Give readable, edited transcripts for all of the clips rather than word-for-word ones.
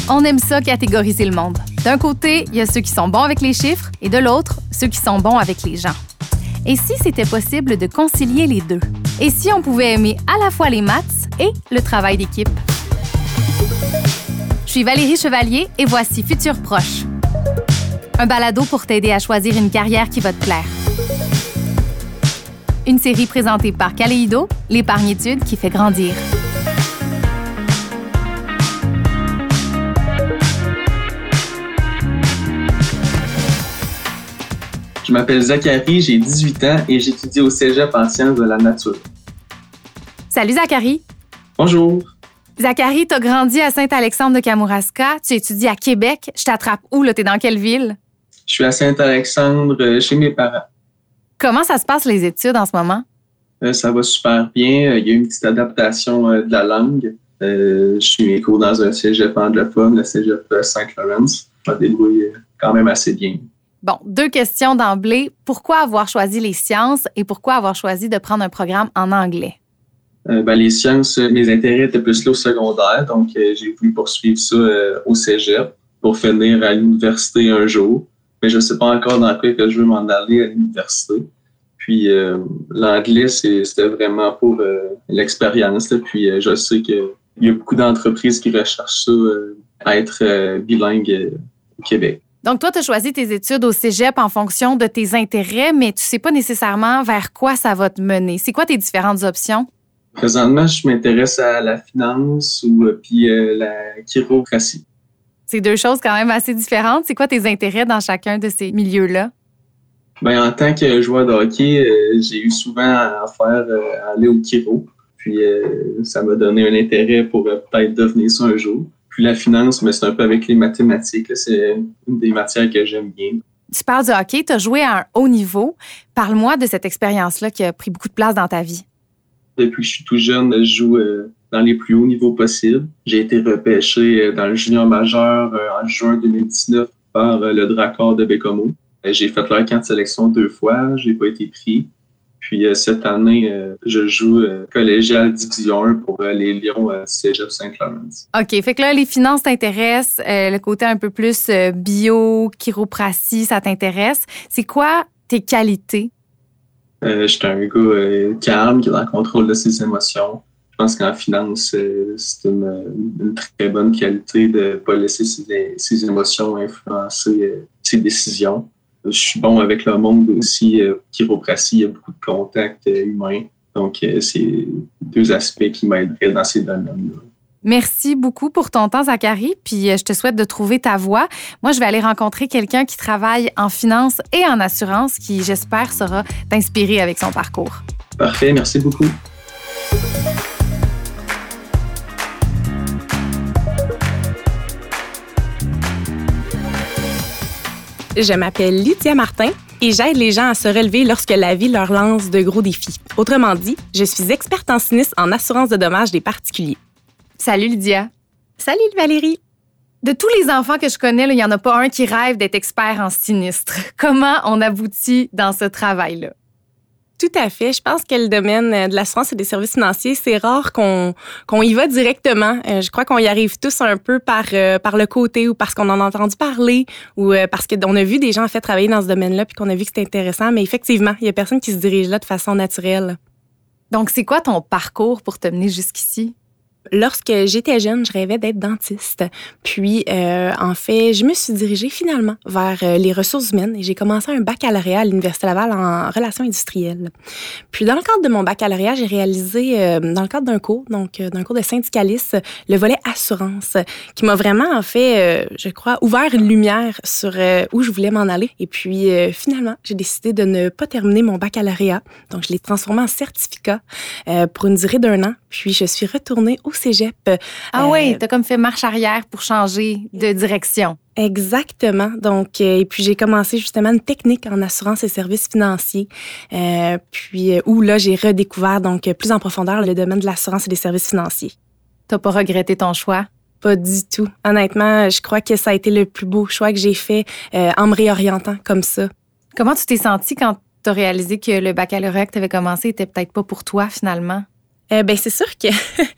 On aime ça catégoriser le monde. D'un côté, il y a ceux qui sont bons avec les chiffres et de l'autre, ceux qui sont bons avec les gens. Et si c'était possible de concilier les deux? Et si on pouvait aimer à la fois les maths et le travail d'équipe? Je suis Valérie Chevalier et voici Futur Proche. Un balado pour t'aider à choisir une carrière qui va te plaire. Une série présentée par Caléido, l'épargne-études qui fait grandir. Je m'appelle Zachary, j'ai 18 ans et j'étudie au Cégep en sciences de la nature. Salut Zachary! Bonjour! Zachary, t'as grandi à Saint-Alexandre-de-Kamouraska, tu étudies à Québec. Je t'attrape où, là? T'es dans quelle ville? Je suis à Saint-Alexandre chez mes parents. Comment ça se passe les études en ce moment? Ça va super bien. Il y a une petite adaptation de la langue. Je suis mes cours dans un cégep anglophone, le cégep Saint-Laurence. Je me débrouille quand même assez bien. Bon, 2 questions d'emblée. Pourquoi avoir choisi les sciences et pourquoi avoir choisi de prendre un programme en anglais? Les sciences, mes intérêts étaient plus là au secondaire, donc j'ai voulu poursuivre ça au cégep pour finir à l'université un jour. Mais je ne sais pas encore dans quoi que je veux m'en aller à l'université. Puis l'anglais, c'était vraiment pour l'expérience. Là. Puis je sais qu'il y a beaucoup d'entreprises qui recherchent ça, à être bilingue au Québec. Donc, toi, tu as choisi tes études au cégep en fonction de tes intérêts, mais tu ne sais pas nécessairement vers quoi ça va te mener. C'est quoi tes différentes options? Présentement, je m'intéresse à la finance puis la chiropratie. C'est 2 choses quand même assez différentes. C'est quoi tes intérêts dans chacun de ces milieux-là? En tant que joueur de hockey, j'ai eu souvent à faire aller au chiro. Puis ça m'a donné un intérêt pour peut-être devenir ça un jour. Puis la finance, mais c'est un peu avec les mathématiques. Là, c'est une des matières que j'aime bien. Tu parles de hockey, tu as joué à un haut niveau. Parle-moi de cette expérience-là qui a pris beaucoup de place dans ta vie. Depuis que je suis tout jeune, je joue dans les plus hauts niveaux possibles. J'ai été repêché dans le junior majeur en juin 2019 par le Dracor de Bécomo. J'ai fait leur camp de sélection 2 fois, j'ai pas été pris. Puis cette année, je joue collégial division 1 pour les Lions Cégep Saint-Laurence. OK, fait que là, les finances t'intéressent, le côté un peu plus bio, chiropratie, ça t'intéresse. C'est quoi tes qualités? Je suis un gars calme, qui est dans le contrôle de ses émotions. Je pense qu'en finance, c'est une très bonne qualité de ne pas laisser ses émotions influencer ses décisions. Je suis bon avec le monde aussi. Chiropratie, il y a beaucoup de contacts humains. Donc, c'est 2 aspects qui m'aideraient dans ces domaines-là. Merci beaucoup pour ton temps, Zachary, puis je te souhaite de trouver ta voie. Moi, je vais aller rencontrer quelqu'un qui travaille en finance et en assurance qui, j'espère, saura t'inspirer avec son parcours. Parfait, merci beaucoup. Je m'appelle Lydia Martin et j'aide les gens à se relever lorsque la vie leur lance de gros défis. Autrement dit, je suis experte en sinistre en assurance de dommages des particuliers. Salut Lydia. Salut Valérie. De tous les enfants que je connais, il n'y en a pas un qui rêve d'être expert en sinistre. Comment on aboutit dans ce travail-là? Tout à fait. Je pense que le domaine de l'assurance et des services financiers, c'est rare qu'on y va directement. Je crois qu'on y arrive tous un peu par le côté ou parce qu'on en a entendu parler ou parce qu'on a vu des gens en fait travailler dans ce domaine-là puis qu'on a vu que c'était intéressant. Mais effectivement, il y a personne qui se dirige là de façon naturelle. Donc, c'est quoi ton parcours pour te mener jusqu'ici? Lorsque j'étais jeune, je rêvais d'être dentiste. Puis, en fait, je me suis dirigée finalement vers les ressources humaines et j'ai commencé un baccalauréat à l'Université Laval en relations industrielles. Puis, dans le cadre de mon baccalauréat, j'ai réalisé, dans le cadre d'un cours, donc d'un cours de syndicalisme, le volet assurance, qui m'a vraiment, en fait, je crois, ouvert une lumière sur où je voulais m'en aller. Et puis, finalement, j'ai décidé de ne pas terminer mon baccalauréat. Donc, je l'ai transformé en certificat pour une durée d'1 an. Puis, je suis retournée au cégep. Ah oui, t'as comme fait marche arrière pour changer de direction. Exactement. Donc, et puis j'ai commencé justement une technique en assurance et services financiers. Où là, j'ai redécouvert donc plus en profondeur le domaine de l'assurance et des services financiers. T'as pas regretté ton choix? Pas du tout. Honnêtement, je crois que ça a été le plus beau choix que j'ai fait en me réorientant comme ça. Comment tu t'es sentie quand t'as réalisé que le baccalauréat que t'avais commencé était peut-être pas pour toi finalement? C'est sûr que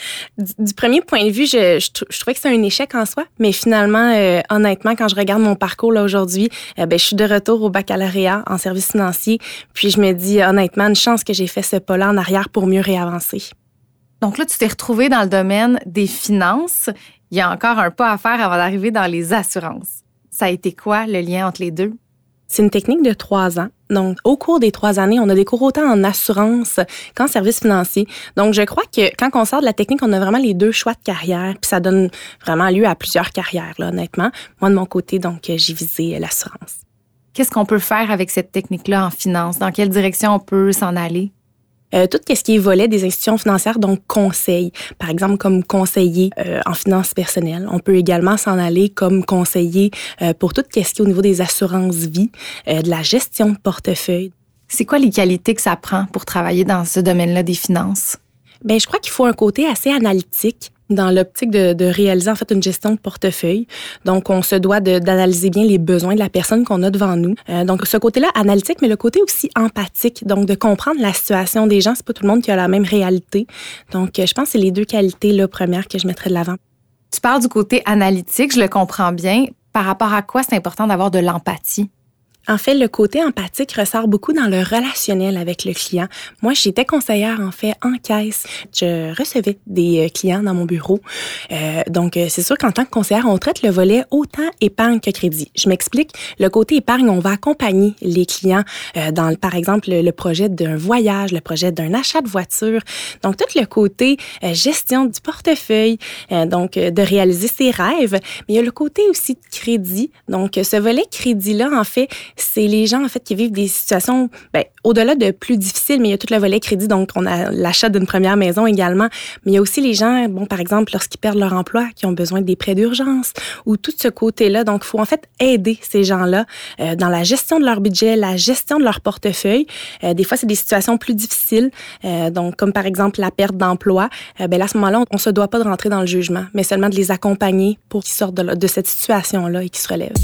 du premier point de vue, je trouvais que c'est un échec en soi, mais finalement, honnêtement, quand je regarde mon parcours là aujourd'hui, je suis de retour au baccalauréat en services financiers, puis je me dis honnêtement, une chance que j'ai fait ce pas-là en arrière pour mieux réavancer. Donc là, tu t'es retrouvée dans le domaine des finances. Il y a encore un pas à faire avant d'arriver dans les assurances. Ça a été quoi le lien entre les deux? C'est une technique de 3 ans. Donc, au cours des 3 années, on a des cours autant en assurance qu'en services financiers. Donc, je crois que quand on sort de la technique, on a vraiment les 2 choix de carrière. Puis ça donne vraiment lieu à plusieurs carrières, là, honnêtement. Moi, de mon côté, donc, j'ai visé l'assurance. Qu'est-ce qu'on peut faire avec cette technique-là en finance? Dans quelle direction on peut s'en aller? Tout ce qui est volet des institutions financières, donc conseil, par exemple comme conseiller en finances personnelles. On peut également s'en aller comme conseiller pour tout ce qui est au niveau des assurances-vie, de la gestion de portefeuille. C'est quoi les qualités que ça prend pour travailler dans ce domaine-là des finances? Je crois qu'il faut un côté assez analytique dans l'optique de réaliser en fait une gestion de portefeuille. Donc, on se doit d'analyser bien les besoins de la personne qu'on a devant nous. Donc, ce côté-là analytique, mais le côté aussi empathique, donc de comprendre la situation des gens. C'est pas tout le monde qui a la même réalité. Donc, je pense que c'est les 2 qualités là, premières que je mettrais de l'avant. Tu parles du côté analytique, je le comprends bien. Par rapport à quoi c'est important d'avoir de l'empathie? En fait, le côté empathique ressort beaucoup dans le relationnel avec le client. Moi, j'étais conseillère, en fait, en caisse. Je recevais des clients dans mon bureau. Donc, c'est sûr qu'en tant que conseillère, on traite le volet autant épargne que crédit. Je m'explique. Le côté épargne, on va accompagner les clients dans, par exemple, le projet d'un voyage, le projet d'un achat de voiture. Donc, tout le côté gestion du portefeuille, donc de réaliser ses rêves. Mais il y a le côté aussi de crédit. Donc, ce volet crédit-là, en fait, c'est les gens, en fait, qui vivent des situations, au-delà de plus difficiles, mais il y a tout le volet crédit, donc on a l'achat d'une première maison également, mais il y a aussi les gens, par exemple, lorsqu'ils perdent leur emploi, qui ont besoin des prêts d'urgence, ou tout ce côté-là. Donc, il faut en fait aider ces gens-là dans la gestion de leur budget, la gestion de leur portefeuille. Des fois, c'est des situations plus difficiles, donc comme par exemple la perte d'emploi. Là, à ce moment-là, on ne se doit pas de rentrer dans le jugement, mais seulement de les accompagner pour qu'ils sortent de cette situation-là et qu'ils se relèvent.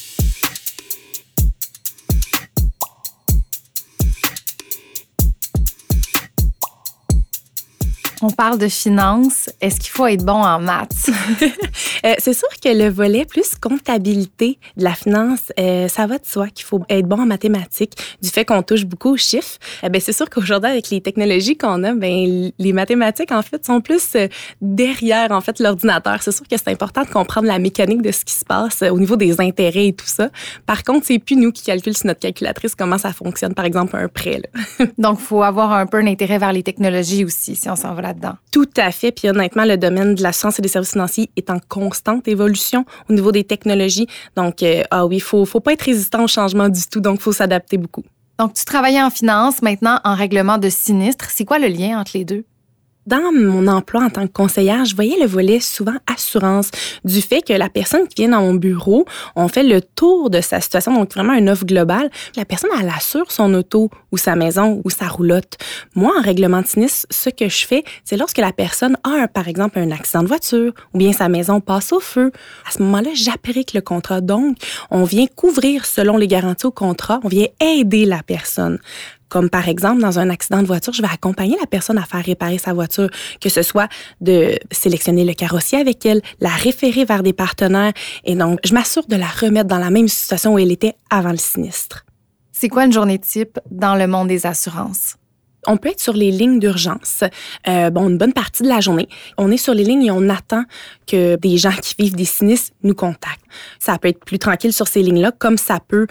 On parle de finances. Est-ce qu'il faut être bon en maths? C'est sûr que le volet plus comptabilité de la finance, ça va de soi qu'il faut être bon en mathématiques. Du fait qu'on touche beaucoup aux chiffres, c'est sûr qu'aujourd'hui, avec les technologies qu'on a, les mathématiques, en fait, sont plus derrière, en fait, l'ordinateur. C'est sûr que c'est important de comprendre la mécanique de ce qui se passe au niveau des intérêts et tout ça. Par contre, c'est plus nous qui calculons sur notre calculatrice comment ça fonctionne, par exemple, un prêt, là. Donc, il faut avoir un peu un intérêt vers les technologies aussi, si on s'en va là-dedans. Tout à fait. Puis honnêtement, le domaine de l'assurance et des services financiers est en constante évolution au niveau des technologies. Donc, oui, faut pas être résistant au changement du tout. Donc, il faut s'adapter beaucoup. Donc, tu travaillais en finance, maintenant en règlement de sinistre. C'est quoi le lien entre les deux? Dans mon emploi en tant que conseillère, je voyais le volet souvent assurance du fait que la personne qui vient dans mon bureau, on fait le tour de sa situation, donc vraiment une offre globale. La personne, elle assure son auto ou sa maison ou sa roulotte. Moi, en règlement de sinistre, ce que je fais, c'est lorsque la personne a, par exemple, un accident de voiture ou bien sa maison passe au feu. À ce moment-là, j'applique le contrat. Donc, on vient couvrir selon les garanties au contrat, on vient aider la personne. Comme par exemple, dans un accident de voiture, je vais accompagner la personne à faire réparer sa voiture, que ce soit de sélectionner le carrossier avec elle, la référer vers des partenaires. Et donc, je m'assure de la remettre dans la même situation où elle était avant le sinistre. C'est quoi une journée type dans le monde des assurances? On peut être sur les lignes d'urgence, une bonne partie de la journée. On est sur les lignes et on attend que des gens qui vivent des sinistres nous contactent. Ça peut être plus tranquille sur ces lignes-là, comme ça peut.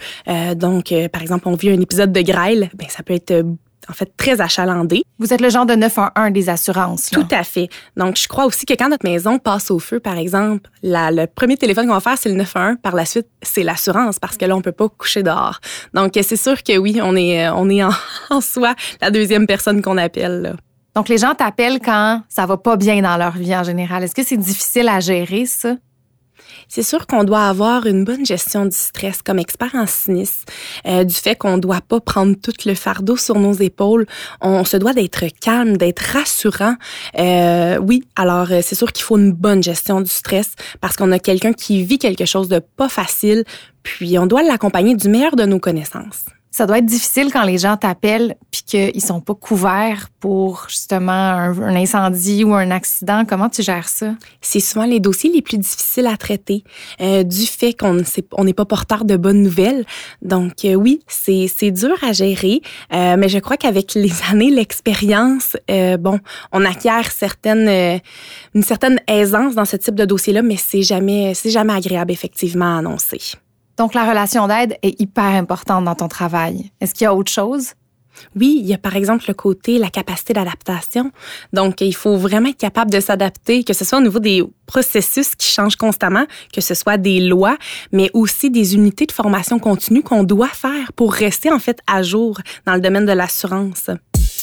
Par exemple, on vit un épisode de grêle, ça peut être en fait très achalandé. Vous êtes le genre de 911 des assurances, là. Tout à fait. Donc, je crois aussi que quand notre maison passe au feu, par exemple, le premier téléphone qu'on va faire, c'est le 911. Par la suite, c'est l'assurance parce que là, on peut pas coucher dehors. Donc, c'est sûr que oui, on est en soi la deuxième personne qu'on appelle, là. Donc, les gens t'appellent quand ça va pas bien dans leur vie en général. Est-ce que c'est difficile à gérer, ça? C'est sûr qu'on doit avoir une bonne gestion du stress comme expert en sinistre, du fait qu'on ne doit pas prendre tout le fardeau sur nos épaules. On se doit d'être calme, d'être rassurant. Oui, alors c'est sûr qu'il faut une bonne gestion du stress parce qu'on a quelqu'un qui vit quelque chose de pas facile, puis on doit l'accompagner du meilleur de nos connaissances. Ça doit être difficile quand les gens t'appellent puis qu'ils sont pas couverts pour justement un incendie ou un accident. Comment tu gères ça? C'est souvent les dossiers les plus difficiles à traiter du fait qu'on n'est pas porteur de bonnes nouvelles. Donc oui, c'est dur à gérer, mais je crois qu'avec les années, l'expérience, on acquiert une certaine aisance dans ce type de dossier-là, mais c'est jamais agréable effectivement à annoncer. Donc, la relation d'aide est hyper importante dans ton travail. Est-ce qu'il y a autre chose? Oui, il y a par exemple le côté, la capacité d'adaptation. Donc, il faut vraiment être capable de s'adapter, que ce soit au niveau des processus qui changent constamment, que ce soit des lois, mais aussi des unités de formation continue qu'on doit faire pour rester en fait à jour dans le domaine de l'assurance.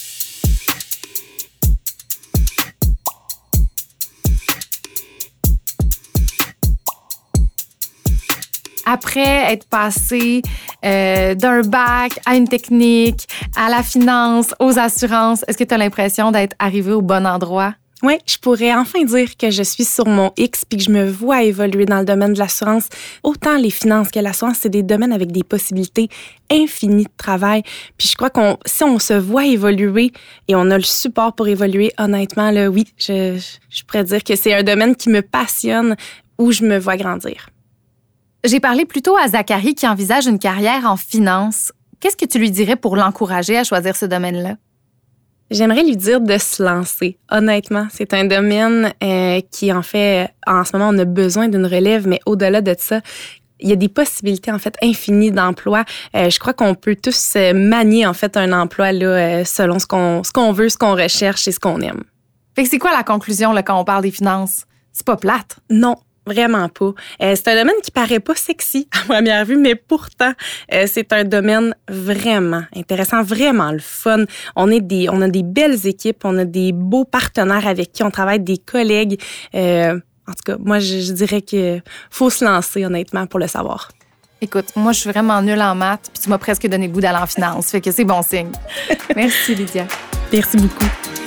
Après être passé d'un bac à une technique, à la finance, aux assurances, est-ce que tu as l'impression d'être arrivé au bon endroit? Oui, je pourrais enfin dire que je suis sur mon X puis que je me vois évoluer dans le domaine de l'assurance. Autant les finances que l'assurance, c'est des domaines avec des possibilités infinies de travail. Puis je crois si on se voit évoluer et on a le support pour évoluer, honnêtement, là, oui, je pourrais dire que c'est un domaine qui me passionne, où je me vois grandir. J'ai parlé plutôt à Zachary qui envisage une carrière en finance. Qu'est-ce que tu lui dirais pour l'encourager à choisir ce domaine-là? J'aimerais lui dire de se lancer. Honnêtement, c'est un domaine qui, en fait, en ce moment, on a besoin d'une relève, mais au-delà de ça, il y a des possibilités, en fait, infinies d'emplois. Je crois qu'on peut tous manier, en fait, un emploi là, selon ce qu'on veut, ce qu'on recherche et ce qu'on aime. Fait que c'est quoi la conclusion là, quand on parle des finances? C'est pas plate? Non. Vraiment pas. C'est un domaine qui paraît pas sexy à première vue, mais pourtant, c'est un domaine vraiment intéressant, vraiment le fun. On a des belles équipes, on a des beaux partenaires avec qui on travaille, des collègues. En tout cas, moi, je dirais qu'il faut se lancer, honnêtement, pour le savoir. Écoute, moi, je suis vraiment nulle en maths, puis tu m'as presque donné le goût d'aller en finance. Fait que c'est bon signe. Merci, Lydia. Merci beaucoup.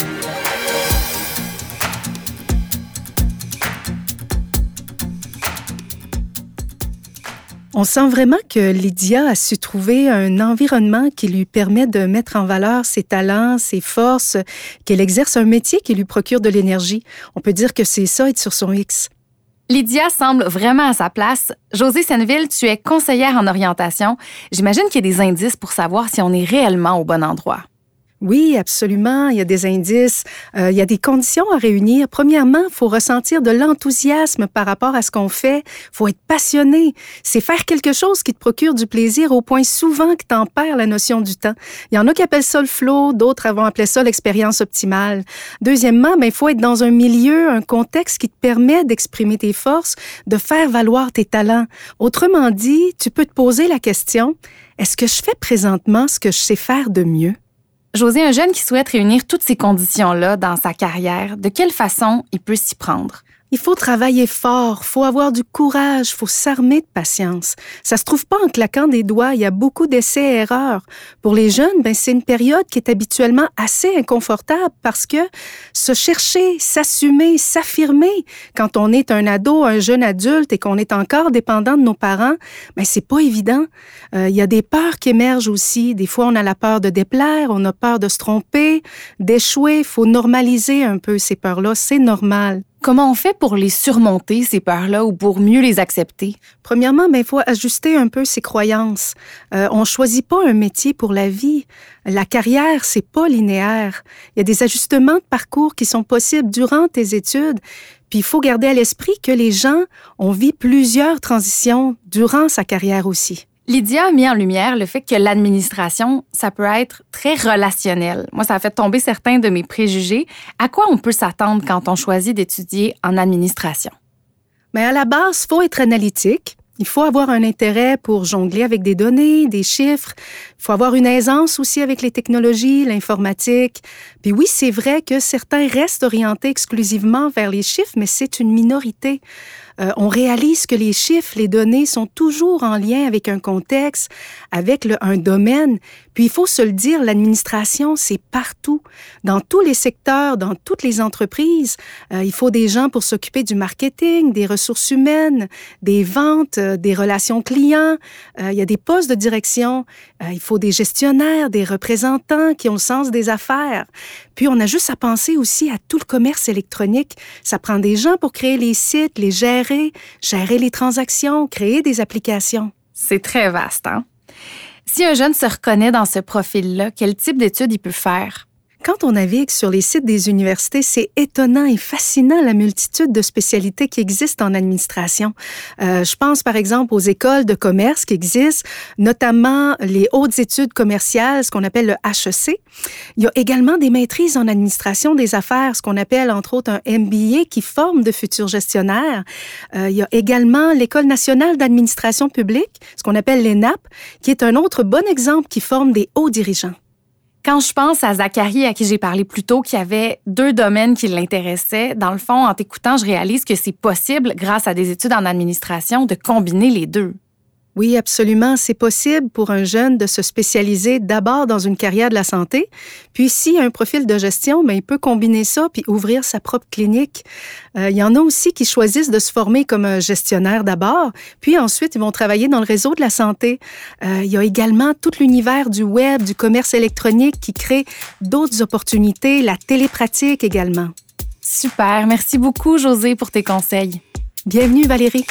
On sent vraiment que Lydia a su trouver un environnement qui lui permet de mettre en valeur ses talents, ses forces, qu'elle exerce un métier qui lui procure de l'énergie. On peut dire que c'est ça, être sur son X. Lydia semble vraiment à sa place. Josée Senneville, tu es conseillère en orientation. J'imagine qu'il y a des indices pour savoir si on est réellement au bon endroit. Oui, absolument. Il y a des indices. Il y a des conditions à réunir. Premièrement, il faut ressentir de l'enthousiasme par rapport à ce qu'on fait. Il faut être passionné. C'est faire quelque chose qui te procure du plaisir au point souvent que tu en perds la notion du temps. Il y en a qui appellent ça le flow, d'autres vont appeler ça l'expérience optimale. Deuxièmement, il faut être dans un milieu, un contexte qui te permet d'exprimer tes forces, de faire valoir tes talents. Autrement dit, tu peux te poser la question, est-ce que je fais présentement ce que je sais faire de mieux? Josée, un jeune qui souhaite réunir toutes ces conditions-là dans sa carrière, de quelle façon il peut s'y prendre? Il faut travailler fort, faut avoir du courage, faut s'armer de patience. Ça se trouve pas en claquant des doigts, il y a beaucoup d'essais-erreurs. Pour les jeunes, c'est une période qui est habituellement assez inconfortable parce que se chercher, s'assumer, s'affirmer quand on est un ado, un jeune adulte et qu'on est encore dépendant de nos parents, c'est pas évident. Il y a des peurs qui émergent aussi. Des fois, on a la peur de déplaire, on a peur de se tromper, d'échouer. Faut normaliser un peu ces peurs-là, c'est normal. Comment on fait pour les surmonter, ces peurs-là, ou pour mieux les accepter? Premièrement, il faut ajuster un peu ses croyances. On choisit pas un métier pour la vie. La carrière, c'est pas linéaire. Il y a des ajustements de parcours qui sont possibles durant tes études. Puis il faut garder à l'esprit que les gens ont vécu plusieurs transitions durant sa carrière aussi. Lydia a mis en lumière le fait que l'administration, ça peut être très relationnel. Moi, ça a fait tomber certains de mes préjugés. À quoi on peut s'attendre quand on choisit d'étudier en administration? À la base, il faut être analytique. Il faut avoir un intérêt pour jongler avec des données, des chiffres. Il faut avoir une aisance aussi avec les technologies, l'informatique. Puis oui, c'est vrai que certains restent orientés exclusivement vers les chiffres, mais c'est une minorité. On réalise que les chiffres, les données sont toujours en lien avec un contexte, avec un domaine. Puis il faut se le dire, l'administration, c'est partout. Dans tous les secteurs, dans toutes les entreprises, il faut des gens pour s'occuper du marketing, des ressources humaines, des ventes, des relations clients, il y a des postes de direction, il faut des gestionnaires, des représentants qui ont le sens des affaires. Puis, on a juste à penser aussi à tout le commerce électronique. Ça prend des gens pour créer les sites, les gérer les transactions, créer des applications. C'est très vaste, hein? Si un jeune se reconnaît dans ce profil-là, quel type d'études il peut faire? Quand on navigue sur les sites des universités, c'est étonnant et fascinant la multitude de spécialités qui existent en administration. Je pense par exemple aux écoles de commerce qui existent, notamment les hautes études commerciales, ce qu'on appelle le HEC. Il y a également des maîtrises en administration des affaires, ce qu'on appelle entre autres un MBA qui forme de futurs gestionnaires. Il y a également l'École nationale d'administration publique, ce qu'on appelle l'ENAP, qui est un autre bon exemple qui forme des hauts dirigeants. Quand je pense à Zachary, à qui j'ai parlé plus tôt, qui avait 2 domaines qui l'intéressaient, dans le fond, en t'écoutant, je réalise que c'est possible, grâce à des études en administration, de combiner les 2. Oui, absolument. C'est possible pour un jeune de se spécialiser d'abord dans une carrière de la santé, puis s'il a un profil de gestion, il peut combiner ça puis ouvrir sa propre clinique. Il y en a aussi qui choisissent de se former comme un gestionnaire d'abord, puis ensuite ils vont travailler dans le réseau de la santé. Il y a également tout l'univers du web, du commerce électronique qui crée d'autres opportunités, la télépratique également. Super. Merci beaucoup, Josée, pour tes conseils. Bienvenue, Valérie.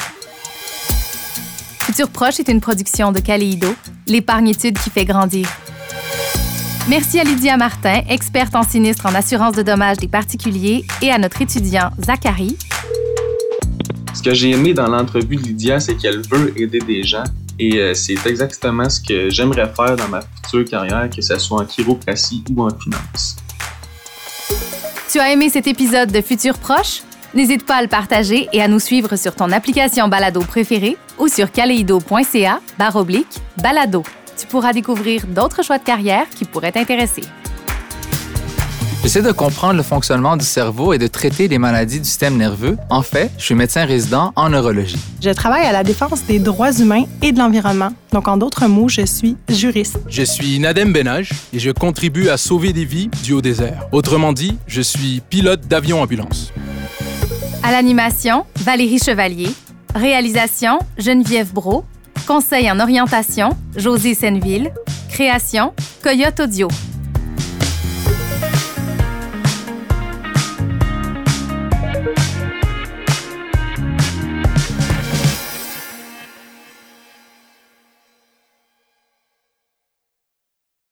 Futur Proche est une production de Caléido, l'épargne-étude qui fait grandir. Merci à Lydia Martin, experte en sinistre en assurance de dommages des particuliers, et à notre étudiant Zachary. Ce que j'ai aimé dans l'entrevue de Lydia, c'est qu'elle veut aider des gens et c'est exactement ce que j'aimerais faire dans ma future carrière, que ce soit en chiropratie ou en finance. Tu as aimé cet épisode de Futur Proche? N'hésite pas à le partager et à nous suivre sur ton application balado préférée ou sur caleido.ca/balado. Tu pourras découvrir d'autres choix de carrière qui pourraient t'intéresser. J'essaie de comprendre le fonctionnement du cerveau et de traiter les maladies du système nerveux. En fait, je suis médecin résident en neurologie. Je travaille à la défense des droits humains et de l'environnement. Donc, en d'autres mots, je suis juriste. Je suis Nadem Benaj et je contribue à sauver des vies du Haut-Désert. Autrement dit, je suis pilote d'avion-ambulance. À l'animation, Valérie Chevalier. Réalisation, Geneviève Brault. Conseil en orientation, Josée Senneville. Création, Coyote Audio.